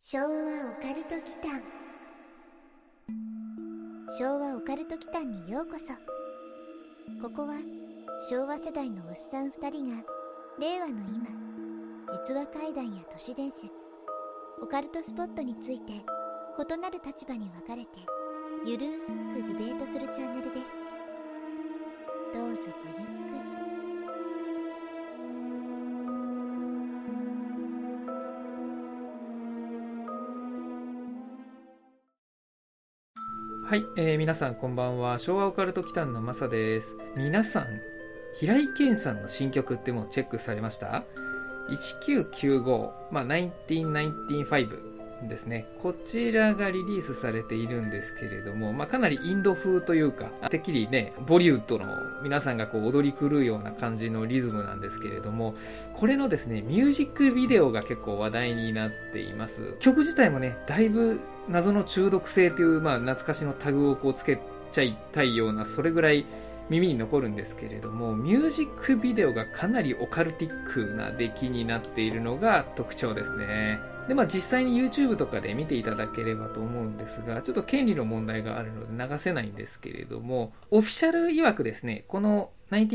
昭和オカルト祈間。昭和オカルト祈間にようこそ。ここは昭和世代のおっさん2人が令和の今、実話怪談や都市伝説、オカルトスポットについて異なる立場に分かれてゆるーくディベートするチャンネルです。どうぞごゆっくり。 はい、皆さんこんばんは。昭和オカルト祈間のマサです。皆さん、平井堅さんの新曲ってもうチェックされました？ 1995、1995ですね。こちらがリリースされているんですけれども、かなりインド風というか、てっきりね、ボリウッドの皆さんがこう踊り狂うような感じのリズムなんですけれども、これのですね、ミュージックビデオが結構話題になっています。曲自体もね、だいぶ謎の中毒性という、懐かしのタグをこうつけちゃいたいような、それぐらい耳に残るんですけれども、ミュージックビデオがかなりオカルティックな出来になっているのが特徴ですね。で、実際に YouTube とかで見ていただければと思うんですが、ちょっと権利の問題があるので流せないんですけれども、オフィシャル曰くですね、この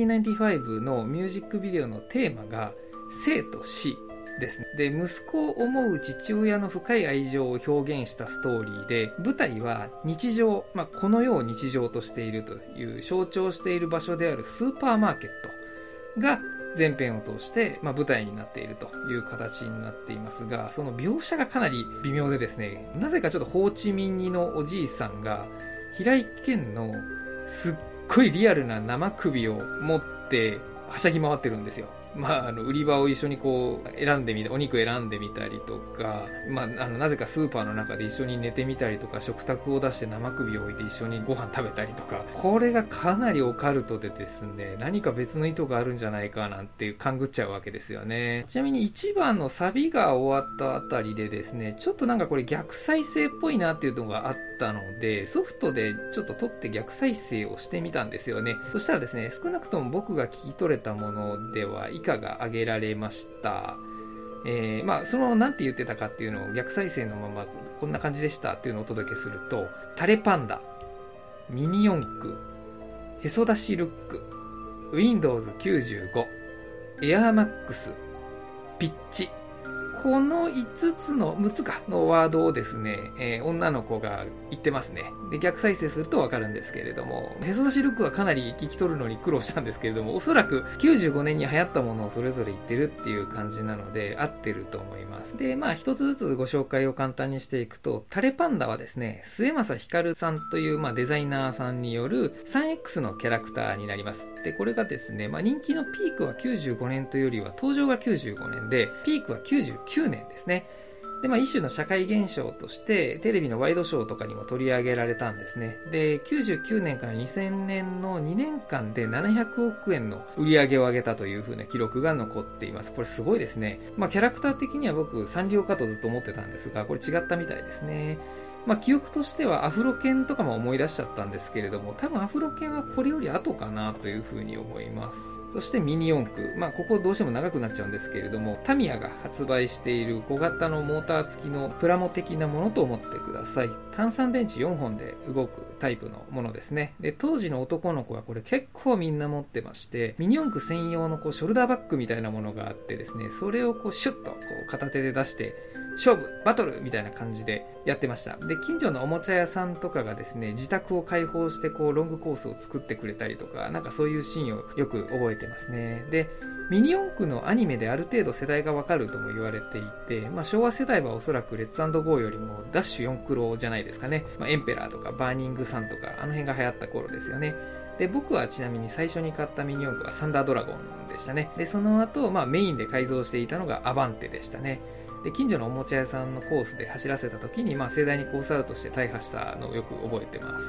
1995のミュージックビデオのテーマが生と死ですね。で、息子を思う父親の深い愛情を表現したストーリーで、舞台は日常、この世を日常としているという象徴している場所であるスーパーマーケットが前編を通して、舞台になっているという形になっていますが、その描写がかなり微妙でですね、なぜかちょっとホーチミンニのおじいさんが平井堅のすっごいリアルな生首を持ってはしゃぎ回ってるんですよ。売り場を一緒にこう選んでみた、お肉選んでみたりとか、なぜかスーパーの中で一緒に寝てみたりとか、食卓を出して生首を置いて一緒にご飯食べたりとか、これがかなりオカルトでですね、何か別の意図があるんじゃないかなんて勘ぐっちゃうわけですよね。ちなみに1番のサビが終わったあたりでですね、ちょっとこれ逆再生っぽいなっていうのがあったので、ソフトでちょっと撮って逆再生をしてみたんですよね。そしたらですね、少なくとも僕が聞き取れたものでは以下が挙げられました。そのなんて言ってたかっていうのを逆再生のままこんな感じでしたっていうのをお届けすると、タレパンダ、ミニ四駆、へそ出しルック、Windows 95、エアーマックス、ピッチ、この5つの6つかのワードをですね、女の子が言ってますね。で、逆再生するとわかるんですけれども、へそ出しルックはかなり聞き取るのに苦労したんですけれども、おそらく95年に流行ったものをそれぞれ言ってるっていう感じなので、合ってると思います。で、一つずつご紹介を簡単にしていくと、タレパンダはですね、末政光さんというデザイナーさんによる 3X のキャラクターになります。で、これがですね、人気のピークは95年というよりは、登場が95年で、ピークは99年ですね。で、一種の社会現象として、テレビのワイドショーとかにも取り上げられたんですね。で、99年から2000年の2年間で700億円の売り上げを上げたという風な記録が残っています。これすごいですね。キャラクター的には僕、サンリオかとずっと思ってたんですが、これ違ったみたいですね。記憶としてはアフロ犬とかも思い出しちゃったんですけれども、多分アフロ犬はこれより後かなという風に思います。そしてミニ四駆。ここどうしても長くなっちゃうんですけれども、タミヤが発売している小型のモーター付きのプラモ的なものと思ってください。単三電池4本で動くタイプのものですね。で、当時の男の子はこれ結構みんな持ってまして、ミニ四駆専用のショルダーバッグみたいなものがあってですね、それをシュッと片手で出して、勝負バトルみたいな感じでやってました。で、近所のおもちゃ屋さんとかがですね、自宅を開放してロングコースを作ってくれたりとか、そういうシーンをよく覚えてますね。で、ミニ四駆のアニメである程度世代がわかるとも言われていて、昭和世代はおそらくレッツ&ゴーよりもダッシュ4クロじゃないですかね。エンペラーとかバーニングサンとか、あの辺が流行った頃ですよね。で、僕はちなみに最初に買ったミニ四駆はサンダードラゴンでしたね。で、その後、メインで改造していたのがアバンテでしたね。で、近所のおもちゃ屋さんのコースで走らせた時に、盛大にコースアウトして大破したのをよく覚えてます。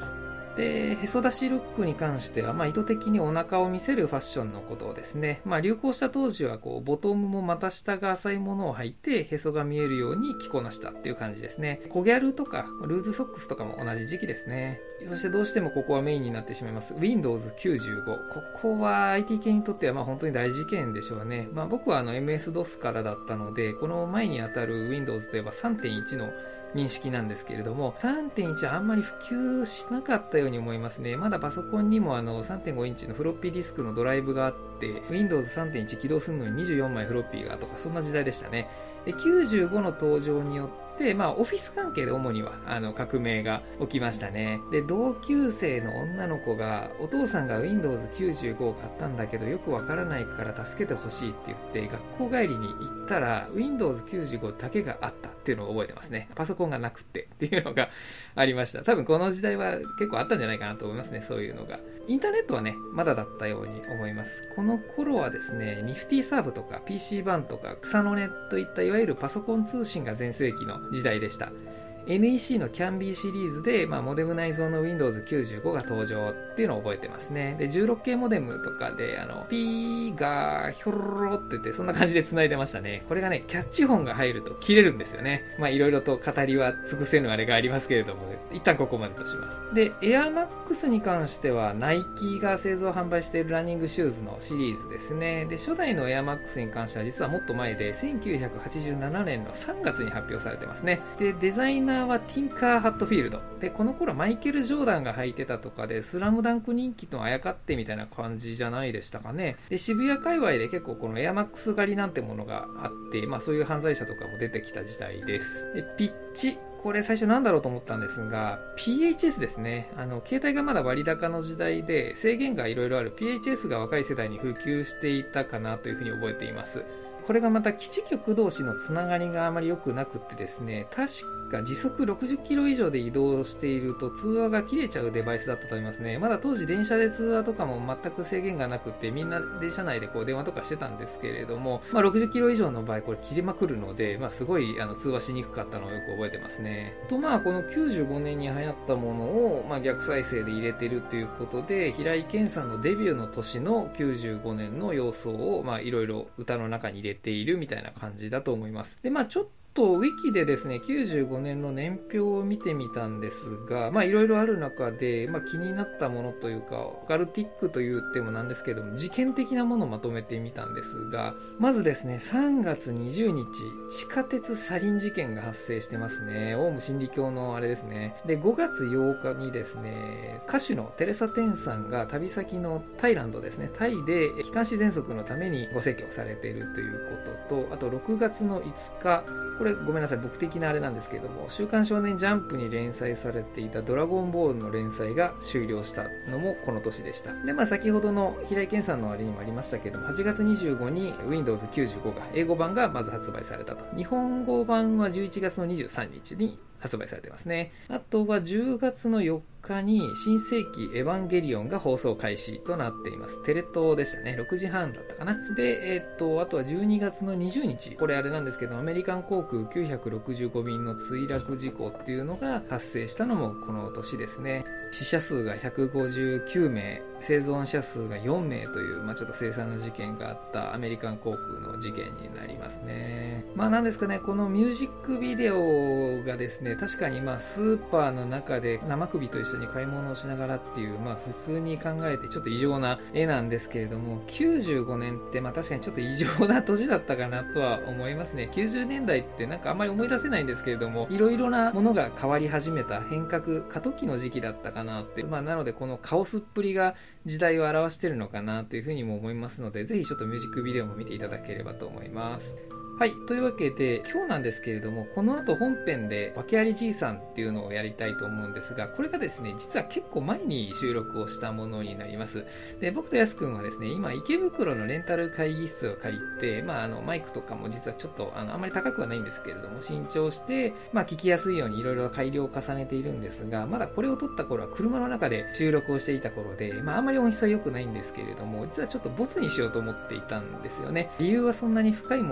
で、へそ出しルックに関しては、意図的にお腹を見せるファッションのことをですね、流行した当時はボトムも股下が浅いものを履いて、へそが見えるように着こなしたっていう感じですね。コギャルとか、ルーズソックスとかも同じ時期ですね。そしてどうしてもここはメインになってしまいます。Windows 95。ここは IT 系にとっては本当に大事件でしょうね。僕はMS-DOS からだったので、この前にあたる Windows といえば 3.1 の認識なんですけれども、3.1 はあんまり普及しなかったように思いますね。まだパソコンにも3.5 インチのフロッピーディスクのドライブがあって、Windows 3.1 起動するのに24枚フロッピーがとか、そんな時代でしたね。で、95の登場によって、オフィス関係で主には革命が起きましたね。で、同級生の女の子がお父さんが Windows 95を買ったんだけどよくわからないから助けてほしいって言って学校帰りに行ったら Windows 95だけがあったっていうのを覚えてますね。パソコンがなくてっていうのがありました。多分この時代は結構あったんじゃないかなと思いますね。そういうのが。インターネットはね、まだだったように思います。この頃はですね、ニフティサーブとか PC 版とか草の根といったいわゆるパソコン通信が全盛期の時代でした。NEC の CANBE シリーズで、モデム内蔵の Windows 95が登場っていうのを覚えてますね。で、16系モデムとかで、ピーがヒョロロって言って、そんな感じで繋いでましたね。これがね、キャッチ音が入ると切れるんですよね。いろいろと語りは尽くせぬあれがありますけれども、一旦ここまでとします。で、AirMax に関しては、ナイキが製造販売しているランニングシューズのシリーズですね。で、初代の AirMax に関しては、実はもっと前で、1987年の3月に発表されてますね。で、デザイナーはティンカー・ハットフィールドで、この頃マイケル・ジョーダンが履いてたとかでスラムダンク人気のあやかってみたいな感じじゃないでしたかね。で、渋谷界隈で結構このエアマックス狩りなんてものがあって、そういう犯罪者とかも出てきた時代です。で、ピッチ、これ最初なんだろうと思ったんですが PHS ですね。携帯がまだ割高の時代で制限がいろいろある PHS が若い世代に普及していたかなというふうに覚えています。これがまた基地局同士のつながりがあまり良くなくってですね、確か時速60キロ以上で移動していると通話が切れちゃうデバイスだったと思いますね。まだ当時電車で通話とかも全く制限がなくってみんな電車内で電話とかしてたんですけれども、60キロ以上の場合これ切れまくるので、すごい通話しにくかったのをよく覚えてますね。とこの95年に流行ったものを逆再生で入れてるということで、平井堅さんのデビューの年の95年の様相をいろいろ歌の中に入れているみたいな感じだと思います。で、ちょっとウィキでですね、95年の年表を見てみたんですが、いろいろある中で、気になったものというか、オカルティックと言ってもなんですけども、事件的なものをまとめてみたんですが、まずですね、3月20日、地下鉄サリン事件が発生してますね。オウム真理教のあれですね。で、5月8日にですね、歌手のテレサ・テンさんが旅先のタイランドですね、タイで気管支喘息のためにご説教されているということと、あと6月の5日、これごめんなさい、僕的なあれなんですけれども、週刊少年ジャンプに連載されていたドラゴンボールの連載が終了したのもこの年でした。で、先ほどの平井堅さんのあれにもありましたけども、8月25に Windows 95が、英語版がまず発売されたと。日本語版は11月の23日に発売されてますね。あとは10月の4日に新世紀エヴァンゲリオンが放送開始となっています。テレ東でしたね。6時半だったかな。で、あとは12月の20日。これあれなんですけど、アメリカン航空965便の墜落事故っていうのが発生したのもこの年ですね。死者数が159名、生存者数が4名という、ちょっと凄惨な事件があったアメリカン航空の事件になりますね。なんですかね、このミュージックビデオがですね、確かにスーパーの中で生首と一緒に買い物をしながらっていう、普通に考えてちょっと異常な絵なんですけれども、95年って確かにちょっと異常な年だったかなとは思いますね。90年代ってあんまり思い出せないんですけれども、いろいろなものが変わり始めた変革、過渡期の時期だったかなって、なのでこのカオスっぷりが時代を表しているのかなというふうにも思いますので、ぜひちょっとミュージックビデオも見ていただければと思います。はい。というわけで、今日なんですけれども、この後本編で、訳ありじいさんっていうのをやりたいと思うんですが、これがですね、実は結構前に収録をしたものになります。で、僕とやすくんはですね、今、池袋のレンタル会議室を借りて、マイクとかも実はちょっと、あんまり高くはないんですけれども、新調して、聞きやすいようにいろいろ改良を重ねているんですが、まだこれを撮った頃は車の中で収録をしていた頃で、あんまり音質は良くないんですけれども、実はちょっとボツにしようと思っていたんですよね。理由はそんなに深いものではない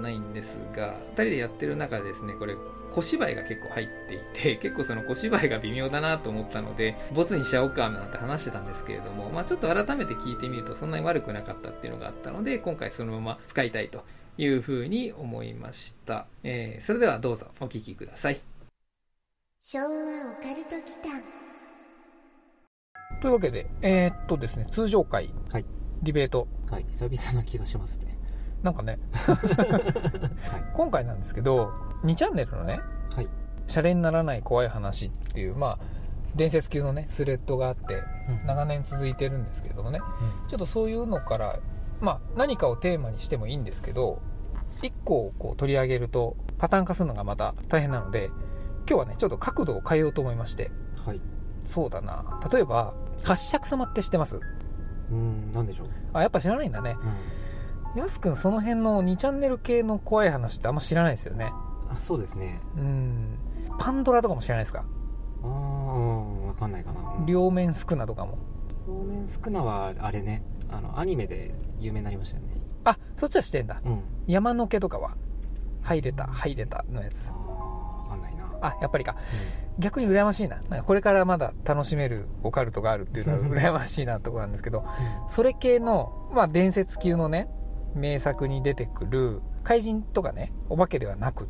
ないんですが、2人でやってる中でですね、これ小芝居が結構入っていて、結構その小芝居が微妙だなと思ったので、ボツにしちゃおうかなんて話してたんですけれども、ちょっと改めて聞いてみるとそんなに悪くなかったっていうのがあったので、今回そのまま使いたいというふうに思いました。それではどうぞお聞きください。 昭和オカルト祈間。 というわけで、ですね、通常回、 はい、 ディベート、 はい、久々な気がしますね。 なんかね、 はい、 今回なんですけど、2チャンネルのね、 はい、 シャレにならない怖い話っていう、伝説級のねスレッドがあって、長年続いてるんですけれどもね、ちょっとそういうのから、何かをテーマにしてもいいんですけど、1個をこう取り上げるとパターン化するのがまた大変なので、今日はねちょっと角度を変えようと思いまして、 はい、 そうだな、例えば八尺様って知ってます？ なんでしょう。 やっぱ知らないんだね。やすくんその辺の2チャンネル系の怖い話ってあんま知らないですよね。 そうですね。 パンドラとかも知らないですか？ わかんないかな。 両面スクナとかも。 両面スクナはあれね、アニメで有名になりましたよね。 そっちは知ってんだ。山の毛とかは入れたのやつ。 わかんないな。 やっぱりか。逆に羨ましいな。なんかこれからまだ楽しめるオカルトがあるっていうのは羨ましいなところなんですけど、それ系の、伝説級のね、名作に出てくる怪人とかね、お化けではなくって、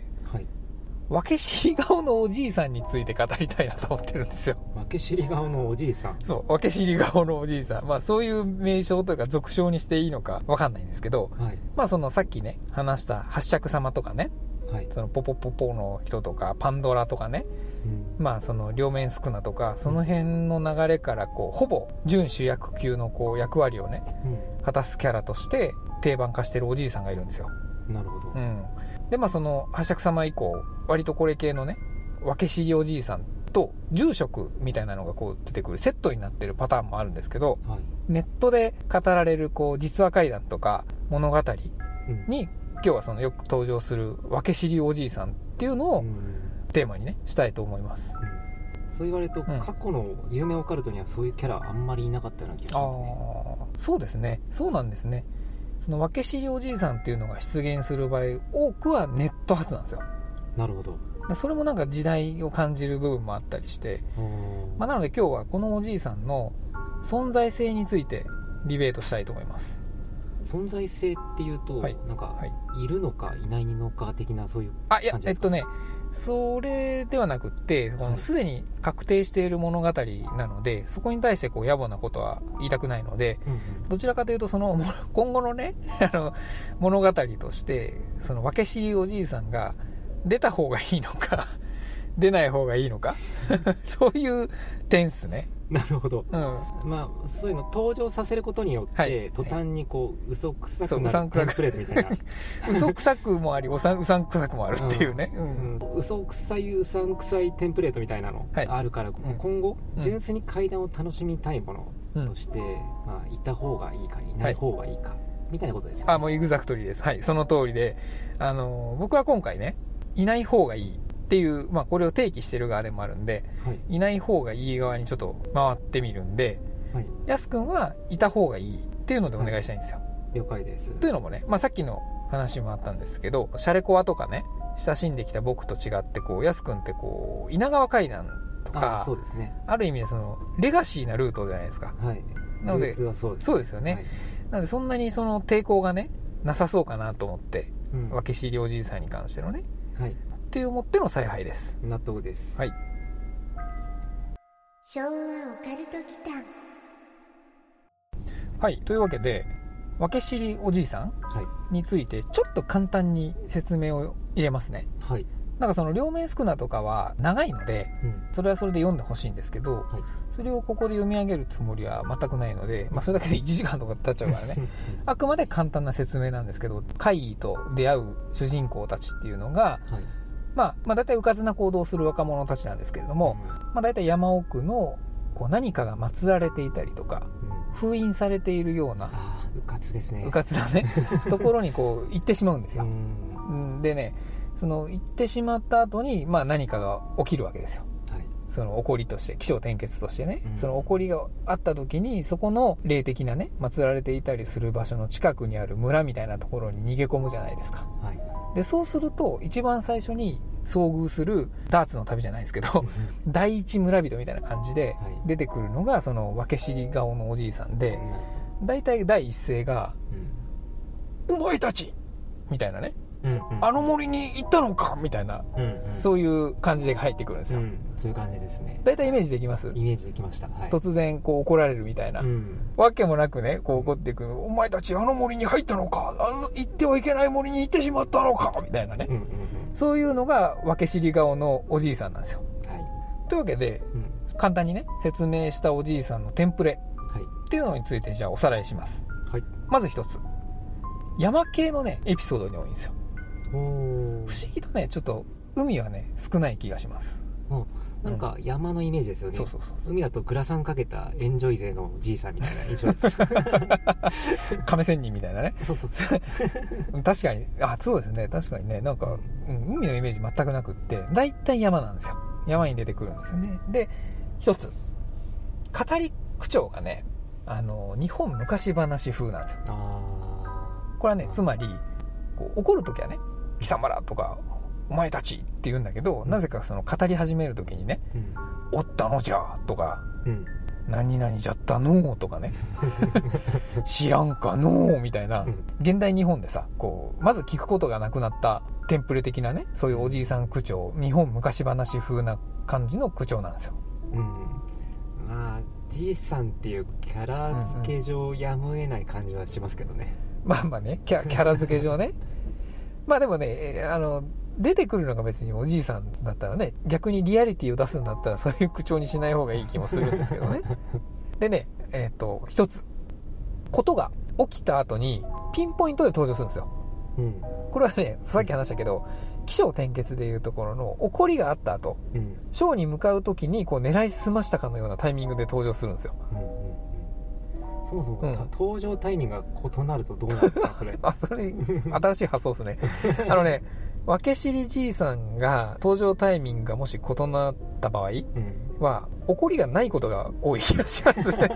はい、 分け知り顔のおじいさんについて語りたいなと思ってるんですよ。 分け知り顔のおじいさん。 そう、分け知り顔のおじいさん。そういう名称というか俗称にしていいのか分かんないんですけど、 はい、 そのさっきね話した八尺様とかね、はい、そのポポポポの人とかパンドラとかね、その両面スクナとかその辺の流れからこうほぼ準主役級のこう役割をね、果たすキャラとして定番化してるおじいさんがいるんですよ。 なるほど。 でその八尺様以降割とこれ系のね分け知りおじいさんと住職みたいなのがこう出てくるセットになってるパターンもあるんですけど、はい、ネットで語られるこう実話怪談とか物語に、今日はそのよく登場する分け知りおじいさんっていうのをテーマにねしたいと思います。 そう言われると、過去の有名オカルトにはそういうキャラあんまりいなかったような気がしますね。 そうですね。そうなんですね。その分け知りおじいさんっていうのが出現する場合、多くはネット発なんですよ。 なるほど。 それもなんか時代を感じる部分もあったりして、なので今日はこのおじいさんの存在性についてディベートしたいと思います。 存在性っていうと、なんか、いるのかいないのか的なそういう感じですか？ それではなくって、すでに確定している物語なので、そこに対してこう野暮なことは言いたくないので、どちらかというとその今後のね物語としてその分け知りおじいさんが出た方がいいのか出ない方がいいのかそういう点っすね。 なるほど。そういうの登場させることによって、途端にこう嘘くさくなるテンプレートみたいな嘘くさくもありうさんくさくもあるっていうね、 嘘くさいうさんくさいテンプレートみたいなのがあるから、今後純粋に怪談を楽しみたいものとして、いた方がいいかいない方がいいか、みたいなことですよね。 もうエグザクトリーです。はい、その通りで、僕は今回ねいない方がいいっていう、これを提起してる側でもあるんで、いない方がいい側にちょっと回ってみるんで、やすくんはいた方がいいっていうのでお願いしたいんですよ。 了解です。 というのもね、さっきの話もあったんですけど、シャレコアとかね親しんできた僕と違ってこうやすくんってこう稲川階段とか、 そうですね、 ある意味でそのレガシーなルートじゃないですか。なのでそうですよね。なのでそんなにその抵抗がねなさそうかなと思って、分け知りおじいさんに関してのね、って思っての采配です。 納得です。 はい。 昭和オカルト祈間。 はい、というわけで分け知りおじいさんについてちょっと簡単に説明を入れますね。なんかその両面スクナとかは長いので、それはそれで読んでほしいんですけど、それをここで読み上げるつもりは全くないので、それだけで1時間とか経っちゃうからねあくまで簡単な説明なんですけど、怪異と出会う主人公たちっていうのが、だいたいうかつな行動をする若者たちなんですけれども、だいたい山奥のこう何かが祀られていたりとか、封印されているような、 うかつですね。 うかつなねところにこう行ってしまうんですよ。でね、その行ってしまった後に何かが起きるわけですよ。 その起こりとして、起承転結としてね、その起こりがあった時に、そこの霊的なね、祀られていたりする場所の近くにある村みたいなところに逃げ込むじゃないですか。はい、で、そうすると、一番最初に遭遇する、ダーツの旅じゃないですけど、第一村人みたいな感じで出てくるのが、その分け知り顔のおじいさんで、大体第一声が、お前たちみたいなね、あの森に行ったのかみたいな、そういう感じで入ってくるんですよ。 そういう感じですね。 大体イメージできます？ イメージできました。はい、 突然こう怒られるみたいな、わけもなくね、こう怒っていく、お前たちあの森に入ったのか、行ってはいけない森に行ってしまったのかみたいなね、そういうのが分け知り顔のおじいさんなんですよ。はい、というわけで、簡単にね説明したおじいさんのテンプレっていうのについてじゃあおさらいします。はい、まず一つ、山系のねエピソードに多いんですよ。不思議とねちょっと海はね少ない気がします。 なんか山のイメージですよね。海だとグラサンかけたエンジョイ勢のじいさんみたいな印象です。 亀仙人みたいなね。確かに、そうですね、確かにね、なんか、海のイメージ全くなくって、大体山なんですよ。山に出てくるんですよね。で、一つ、語り口調がね、日本昔話風なんですよ。これはね、つまり、こう怒るときはね、貴様らとか、お前たちって言うんだけど、なぜかその語り始めるときにね、おったのじゃとか、何々じゃったのとかね、知らんかのみたいな、現代日本でさ、こうまず聞くことがなくなったテンプレ的なね、そういうおじいさん口調、日本昔話風な感じの口調なんですよ。 まあじいさんっていうキャラ付け上やむを得ない感じはしますけどね。 まあね、キャラ付け上ね。まあでもね、出てくるのが別におじいさんだったらね、逆にリアリティを出すんだったらそういう口調にしない方がいい気もするんですけどね。でね、一つ、ことが起きた後にピンポイントで登場するんですよ。これはね、さっき話したけど、起承転結でいうところの起こりがあった後、ショーに向かう時にこう狙いすましたかのようなタイミングで登場するんですよ。 そもそも、登場タイミングが異なるとどうなんですか、それ。 それ、新しい発想ですね。分け知りじいさんが登場タイミングがもし異なった場合は、起こりがないことが多い気がしますね。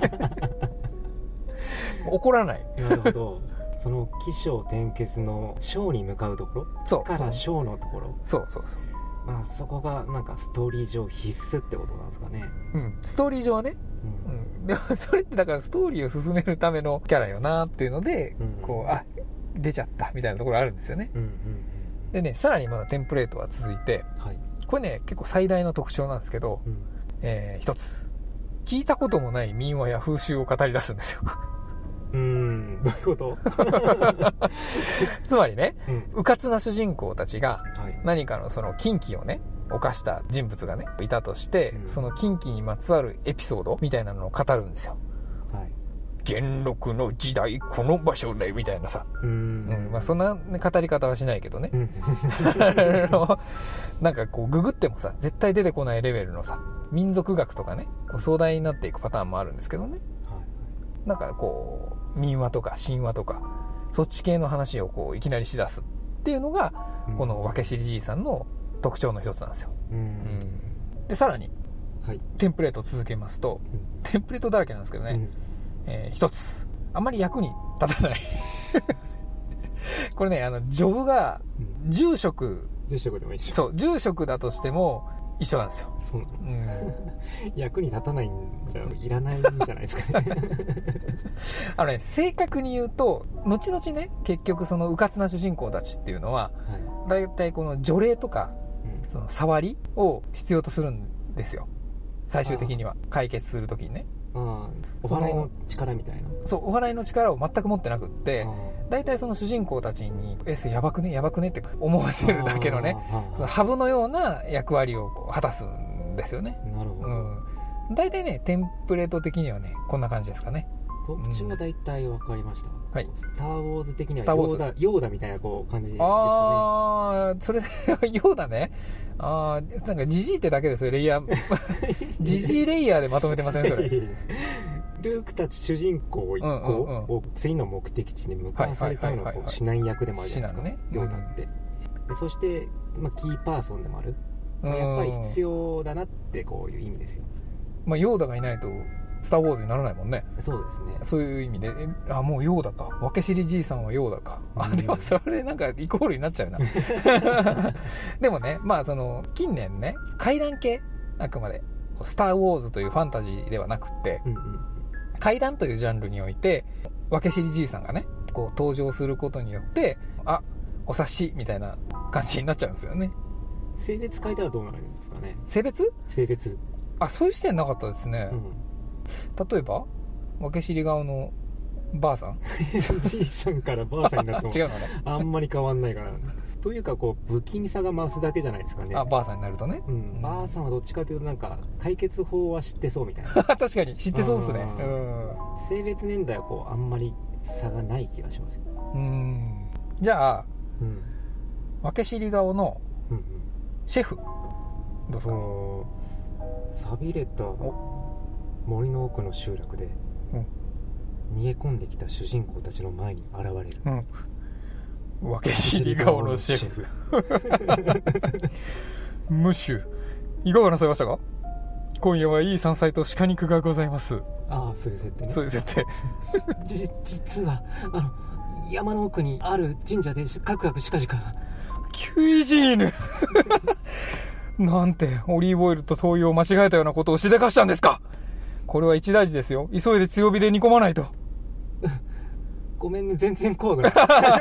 起こらない。 なるほど。その起承転結の章に向かうところから章のところ。まあそこがなんかストーリー上必須ってことなんですかね。 ストーリー上はね。でもそれってだからストーリーを進めるためのキャラよなっていうので、こう出ちゃったみたいなところあるんですよね。でね、さらにまだテンプレートは続いて、これね結構最大の特徴なんですけど、一つ聞いたこともない民話や風習を語り出すんですよ。 どういうことつまりね、うかつな主人公たちが何かのその禁忌をね犯した人物がねいたとして、その禁忌にまつわるエピソードみたいなのを語るんですよ。元禄の時代この場所でみたいなさ、まあそんな、ね、語り方はしないけどね。なんかこうググってもさ絶対出てこないレベルのさ民族学とかねこう壮大になっていくパターンもあるんですけどね。なんかこう民話とか神話とかそっち系の話をこういきなりしだすっていうのが、この分け知りじいさんの特徴の一つなんですよ。でさらに、テンプレートを続けますと、テンプレートだらけなんですけどね、一つあんまり役に立たないこれねジョブが住職でも一緒。 そう住職だとしても一緒なんですよ。 そうなの、役に立たないんじゃいらないんじゃないですかね。正確に言うと後々ね結局そのうかつな主人公たちっていうのは、だいたいこの除霊とか、その触りを必要とするんですよ。最終的には解決するときにね。 お祓いの力みたいな。 そうお祓いの力を全く持ってなくって、だいたいその主人公たちにそれやばくねって思わせるだけのね、そのハブのような役割を果たすんですよね。 なるほど。 だいたいねテンプレート的にはねこんな感じですかね。 特徴はだいたい分かりました。スター・ウォーズ的にはヨーダみたいなこう感じですかね。 それヨーダね。なんかジジイってだけでそれレイヤージジイレイヤーでまとめてませんそれ。 ルークたち主人公一行を次の目的地に向かわされたのが指南役でもあるじゃないですか、ヨーダって。でそして、キーパーソンでもあるやっぱり必要だなってこういう意味ですよ。 まあヨーダがいないとスターウォーズにならないもんね。 そうですね。 そういう意味で、もうヨーダか。分け知りじいさんはヨーダか。でもそれなんかイコールになっちゃうな。でもね、まあ近年ね、怪談系、あくまで、スターウォーズというファンタジーではなくって、怪談というジャンルにおいて、分け知りじいさんがね、こう登場することによって、お察しみたいな感じになっちゃうんですよね。 性別変えたらどうなるんですかね。 性別？ 性別。 そういう視点なかったですね。例えば分け知り顔のばあさんじいさんからばあさんになっても違うのね。 あんまり変わんないからというかこう不気味さが増すだけじゃないですかね。 ばあさんになるとね、 ばあさんはどっちかというとなんか解決法は知ってそうみたいな確かに知ってそうですね。 性別年代はこうあんまり差がない気がしますよ。 じゃあ、分け知り顔のシェフ、どうですか？ 寂れた森の奥の集落で逃げ込んできた主人公たちの前に現れる、 分け知り顔のシェフムッシュ、いかがなさいましたか？今夜はいい山菜と鹿肉がございます。 そういう設定ね。 そういう設定実は山の奥にある神社でカクカクしかじかキュイジーヌなんてオリーブオイルと灯油を間違えたようなことをしでかしたんですか？これは一大事ですよ。急いで強火で煮込まないと。 ごめんね、全然怖くない。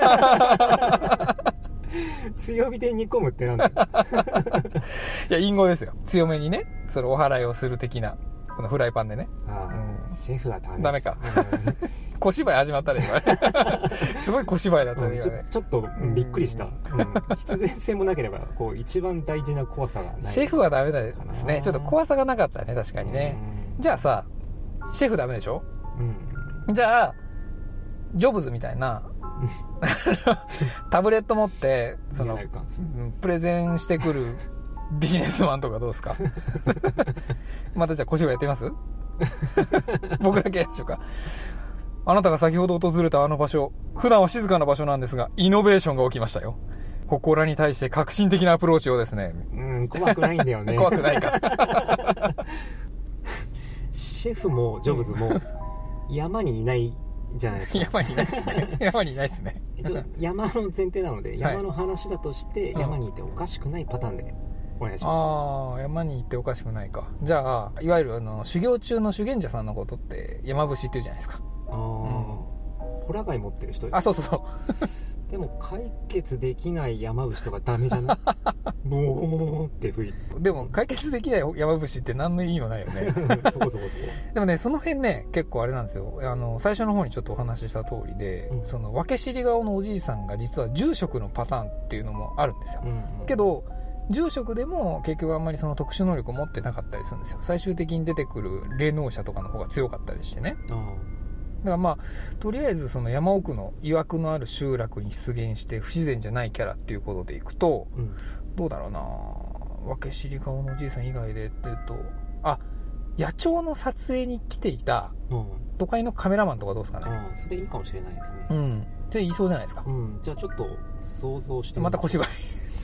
強火で煮込むってなんだよ。 いや、隠語ですよ。強めにね、それお祓いをする的な、このフライパンでね。 シェフはダメか。小芝居始まったね、今。すごい小芝居だったね、今ね。 ちょっとびっくりした。必然性もなければ、こう、一番大事な怖さがない。 シェフはダメですね。ちょっと怖さがなかったね、確かにね。じゃあさ、シェフダメでしょ？じゃあ、ジョブズみたいな、タブレット持って、プレゼンしてくるビジネスマンとかどうですか？またじゃあ小芝居やってみます？僕だけやりましょうか。あなたが先ほど訪れたあの場所、普段は静かな場所なんですが、イノベーションが起きましたよ。祠に対して革新的なアプローチをですね。 怖くないんだよね。 怖くないか。 シェフもジョブズも山にいないじゃないですか。 山にいないですね。山にいないですね。 山の前提なので、山の話だとして山にいておかしくないパターンでお願いします。 山に行っておかしくないか。じゃあ、いわゆる修行中の修験者さんのことって山伏って言うじゃないですか。 ホラ貝持ってる人。 そうそうそう。 でも解決できない山伏とかダメじゃない？ボーって吹いて。 でも解決できない山伏って何の意味もないよね。 そこ。 でもね、その辺ね、結構あれなんですよ。最初の方にちょっとお話しした通りで、その分け知り顔のおじいさんが実は住職のパターンっていうのもあるんですよ。けど、住職でも結局あんまりその特殊能力を持ってなかったりするんですよ。最終的に出てくる霊能者とかの方が強かったりしてね。だからまあ、とりあえずその山奥の曰くのある集落に出現して不自然じゃないキャラっていうことでいくと、どうだろうな、分け知り顔のおじいさん以外でっていうと、野鳥の撮影に来ていた都会のカメラマンとかどうですかね。 それいいかもしれないですね。 それ言いそうじゃないですか。 じゃあちょっと想像してまた小芝居。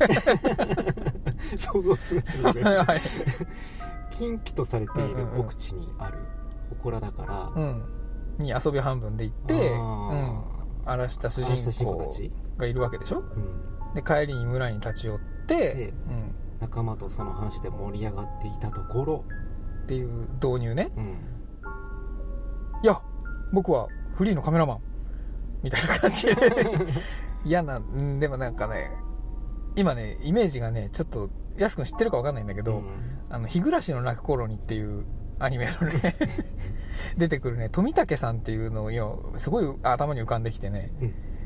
想像するので、 はい、 禁忌とされている奥地にある祠だから、 に遊び半分で行って、荒らした主人公がいるわけでしょ。で帰りに村に立ち寄って、 仲間とその話で盛り上がっていたところっていう導入ね。いや、僕はフリーのカメラマンみたいな感じで嫌な、でもなんかね、今ね、イメージがね、ちょっと、やすくん知ってるか分かんないんだけど、日暮らしの泣く頃にっていうアニメのね、出てくるね、富武さんっていうのを今、すごい頭に浮かんできてね、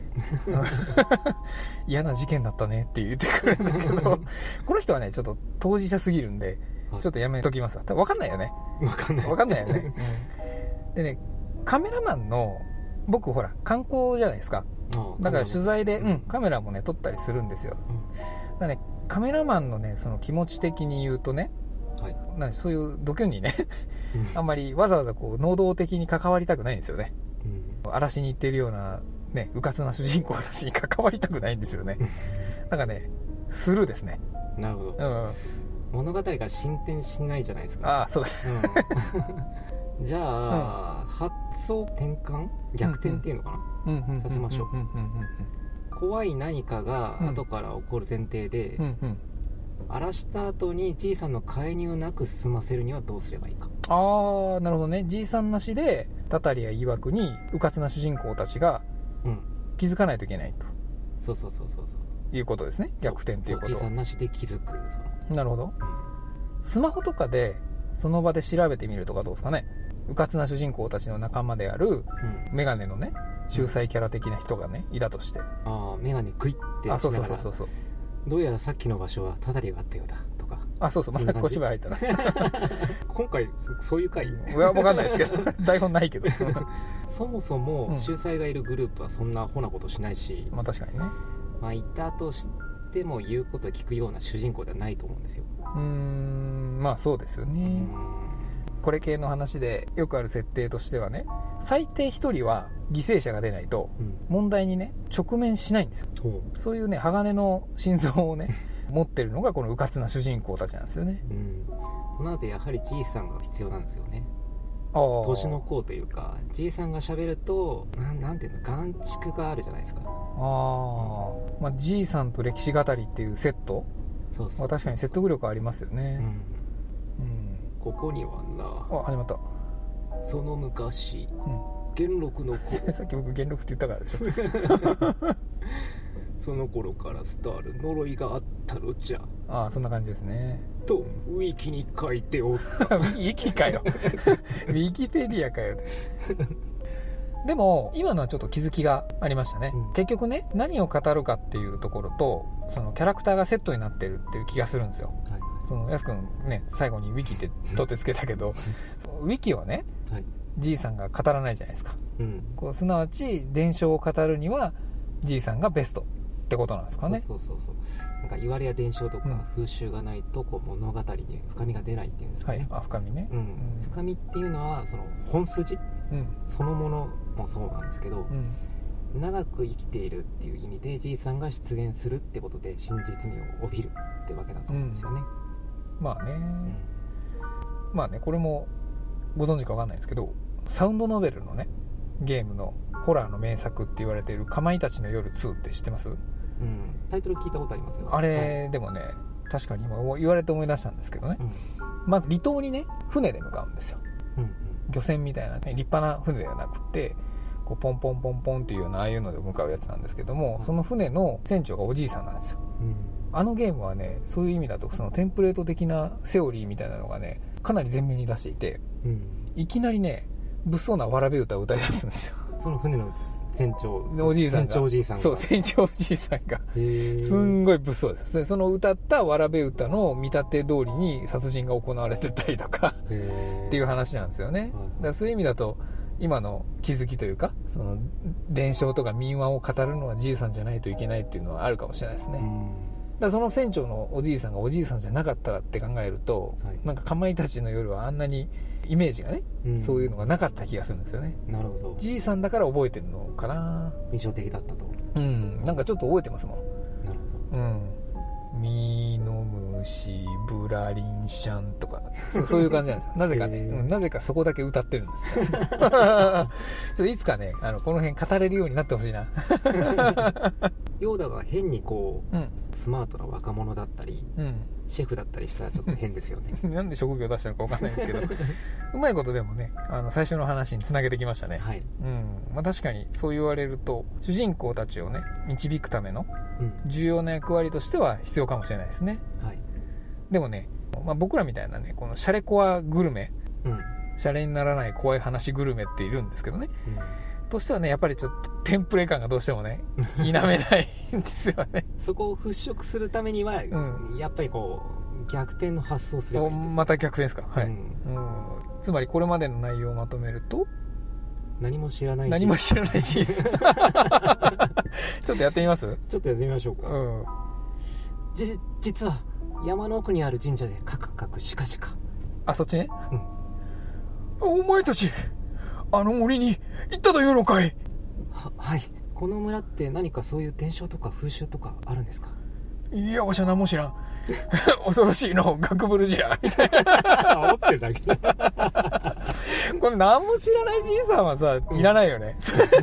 嫌な事件だったねって言ってくるんだけど、この人はね、ちょっと当事者すぎるんで、ちょっとやめときますわ。多分分かんないよね。分かんないよね。でね、カメラマンの、僕ほら、観光じゃないですか。だから取材で、カメラもね、撮ったりするんですよ。だからね、カメラマンのね、その気持ち的に言うとね、そういうドキュンにね、あんまりわざわざこう能動的に関わりたくないんですよね。荒らしに行ってるような、ね、うかつな主人公たちに関わりたくないんですよね。だからね、スルーですね。 なるほど。 物語が進展しないじゃないですか。 ああそうです、 じゃあ、発想転換逆転っていうのかな、させましょう。怖い何かが後から起こる前提で、荒らした後にじいさんの介入なく進ませるにはどうすればいいか。 ああなるほどね。じいさんなしでタタリア曰くに迂闊な主人公たちが気づかないといけないと、 そういうことですね。逆転っていうこと。 じいさんなしで気づく。 なるほど、スマホとかでその場で調べてみるとかどうですかね。迂闊な主人公たちの仲間であるメガネのね秀才キャラ的な人がねいたとして、 メガネクイってしながら、 そうどうやらさっきの場所はタタリがあったようだとか。 また小芝居入ったら今回そういう回わかんないですけど台本ないけどそもそも秀才がいるグループはそんなアホなことしないし、 確かにね、 いたとしても言うことを聞くような主人公ではないと思うんですよ。 そうですよね。これ系の話でよくある設定としてはね、最低1人は犠牲者が出ないと問題にね直面しないんですよ。そういうね鋼の心臓をね持ってるのがこの迂闊な主人公たちなんですよね。 なのでやはりじいさんが必要なんですよね。年の功というか、じいさんが喋るとなんていうの、眼蓄があるじゃないですか。 じいさんと歴史語りっていうセット、確かに説得力ありますよね。 ここにはな、 始まった。 その昔、元禄の頃さっき僕元禄って言ったからでしょその頃から伝わる呪いがあったのじゃ。 そんな感じですね。 とウィキに書いておったウィキかよウィキペディアかよでも今のはちょっと気づきがありましたね。結局ね、何を語るかっていうところとそのキャラクターがセットになってるっていう気がするんですよ。そのやすくんね、最後にウィキって取ってつけたけどウィキはね、じいさんが語らないじゃないですか。こうすなわち伝承を語るにはじいさんがベストってことなんですかね。 なんか言われや伝承とか風習がないとこう物語に深みが出ないっていうんですかね。 深みね。 深みっていうのはその本筋、そのものもそうなんですけど、長く生きているっていう意味でじいさんが出現するってことで真実味を帯びるってわけだと思うんですよね。 これもご存知か分かんないですけど、サウンドノベルのねゲームのホラーの名作って言われているかまいたちの夜2って知ってます？ タイトル聞いたことありますよ。 あれ、でもね、確かに今言われて思い出したんですけどね、まず離島にね船で向かうんですよ。漁船みたいな、ね、立派な船ではなくてこうポンポンポンポンっていうようなああいうので向かうやつなんですけども、その船の船長がおじいさんなんですよ。あのゲームはね、そういう意味だとそのテンプレート的なセオリーみたいなのがねかなり前面に出していて、いきなりね物騒なわらべ歌を歌い出すんですよ。 その船の船長おじいさんが、 船長おじいさんが、 そう船長おじいさんがすんごい物騒です。その歌ったわらべ歌の見立て通りに殺人が行われてたりとかっていう話なんですよね。だからそういう意味だと今の気づきというか、その伝承とか民話を語るのはじいさんじゃないといけないっていうのはあるかもしれないですね。だからその船長のおじいさんがおじいさんじゃなかったらって考えると、なんかかまいたちの夜はあんなにイメージがね、そういうのがなかった気がするんですよね。 なるほど。 じいさんだから覚えてるのかな。 印象的だったと。 なんかちょっと覚えてますもん。 なるほど。ミノムシブラリンシャンとかそういう感じなんですよ。なぜかね、なぜかそこだけ歌ってるんですよ。ちょっといつかね、この辺語れるようになってほしいな。 ヨーダが変にこう、スマートな若者だったり、シェフだったりしたらちょっと変ですよね。 なんで職業出したのか分かんないんですけどうまいことでもね、最初の話につなげてきましたね。確かにそう言われると主人公たちをね導くための重要な役割としては必要かもしれないですね。でもね、僕らみたいなねこのシャレコアグルメ、シャレにならない怖い話グルメっているんですけどね、としてはねやっぱりちょっとテンプレ感がどうしてもね否めないんですよね。 そこを払拭するためには、やっぱりこう逆転の発想すればいいんです。 また逆転ですか。つまりこれまでの内容をまとめると、 何も知らないじいさんちょっとやってみます？ ちょっとやってみましょうか。実は山の奥にある神社でカクカクシカシカ。 そっちね。お前たちあの森に行ったというのかい？ はい。この村って何かそういう伝承とか風習とかあるんですか？ いや、わしは何も知らん。 恐ろしいのガクブルじゃみたいな煽ってるだけだ。 これ何も知らないじいさんはさいらないよね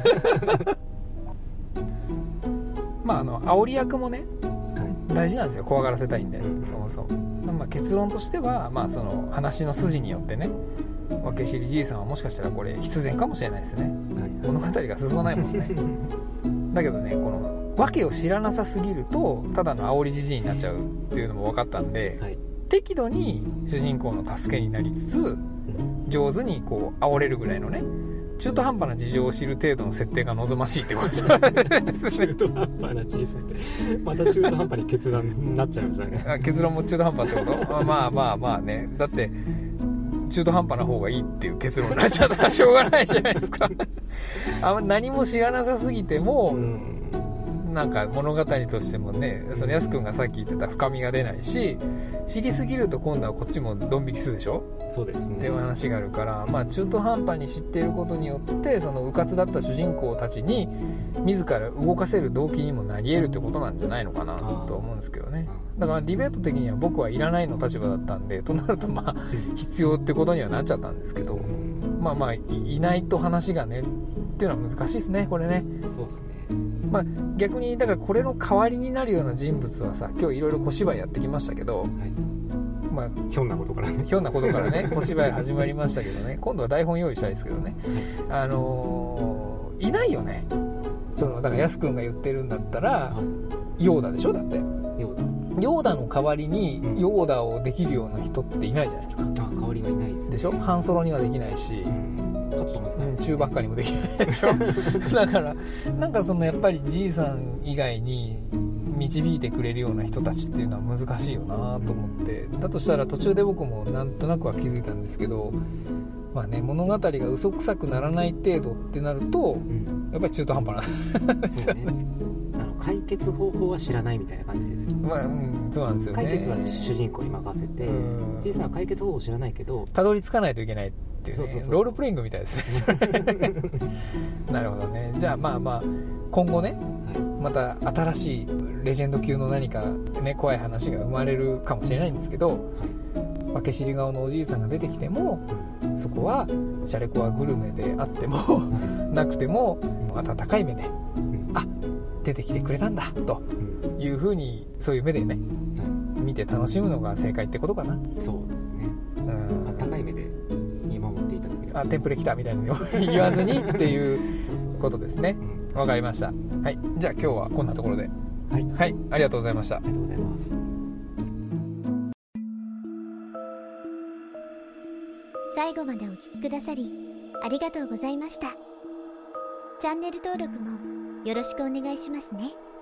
まあ煽り役もね大事なんですよ、怖がらせたいんで、そもそも、まあ、結論としては、まあ、その話の筋によってね、分け知りじいさんはもしかしたらこれ必然かもしれないですね、物語が進まないもんねだけどね、この訳を知らなさすぎるとただの煽りじじいになっちゃうっていうのも分かったんで、はい、適度に主人公の助けになりつつ上手にこう煽れるぐらいのね、中途半端な事情を知る程度の設定が望ましいってことですね。 中途半端な小さいまた中途半端に決断になっちゃいましたね。 結論も中途半端ってことまあまあまあね、だって中途半端な方がいいっていう結論になっちゃったらしょうがないじゃないですか何も知らなさすぎても、なんか物語としてもね、そのやすくんがさっき言ってた深みが出ないし、知りすぎると今度はこっちもドン引きするでしょ。 そうですねっていう話があるから、まあ中途半端に知っていることによってその迂闊だった主人公たちに自ら動かせる動機にもなり得るってことなんじゃないのかなと思うんですけどね。だからディベート的には僕はいらないの立場だったんで、となるとまあ必要ってことにはなっちゃったんですけど、まあまあ いないと話がねっていうのは難しいですね、これね。 そうですね。 まあ、逆にだからこれの代わりになるような人物はさ、今日いろいろ小芝居やってきましたけど、はい、まあひょんなことからねひょんなことからね小芝居始まりましたけどね、今度は台本用意したいですけどね、いないよね。そのだからやすくんが言ってるんだったら、ヨーダでしょ。だってヨーダの代わりにヨーダをできるような人っていないじゃないですか。 代わりはいないです、ね、 でしょ。ハンソロにはできないし、中ばっかにもできないでしょだからなんかそのやっぱりじいさん以外に導いてくれるような人たちっていうのは難しいよなと思って、だとしたら途中で僕もなんとなくは気づいたんですけど、まあね、物語が嘘くさくならない程度ってなると、やっぱり中途半端なんですよね。 解決方法は知らないみたいな感じですよね。 まあ、そうなんですよね。 解決は主人公に任せて、じいさんは解決方法を知らないけどたどり着かないといけないっていうね。そうロールプレイングみたいですねなるほどね。じゃあまあまあ今後ね、また新しいレジェンド級の何かね怖い話が生まれるかもしれないんですけど、分け知り顔のおじいさんが出てきても、そこはシャレコアグルメであってもなくても温かい目で、あ、出てきてくれたんだというふうに、そういう目でね、見て楽しむのが正解ってことかな。 そうですね。温かい目で見守っていただければ。 テンプレ来たみたいに言わずにっていうことですね。わかりました。はい。じゃあ今日はこんなところで。はい。はい。ありがとうございました。ありがとうございます。 最後までお聞きくださりありがとうございました。チャンネル登録もよろしくお願いしますね。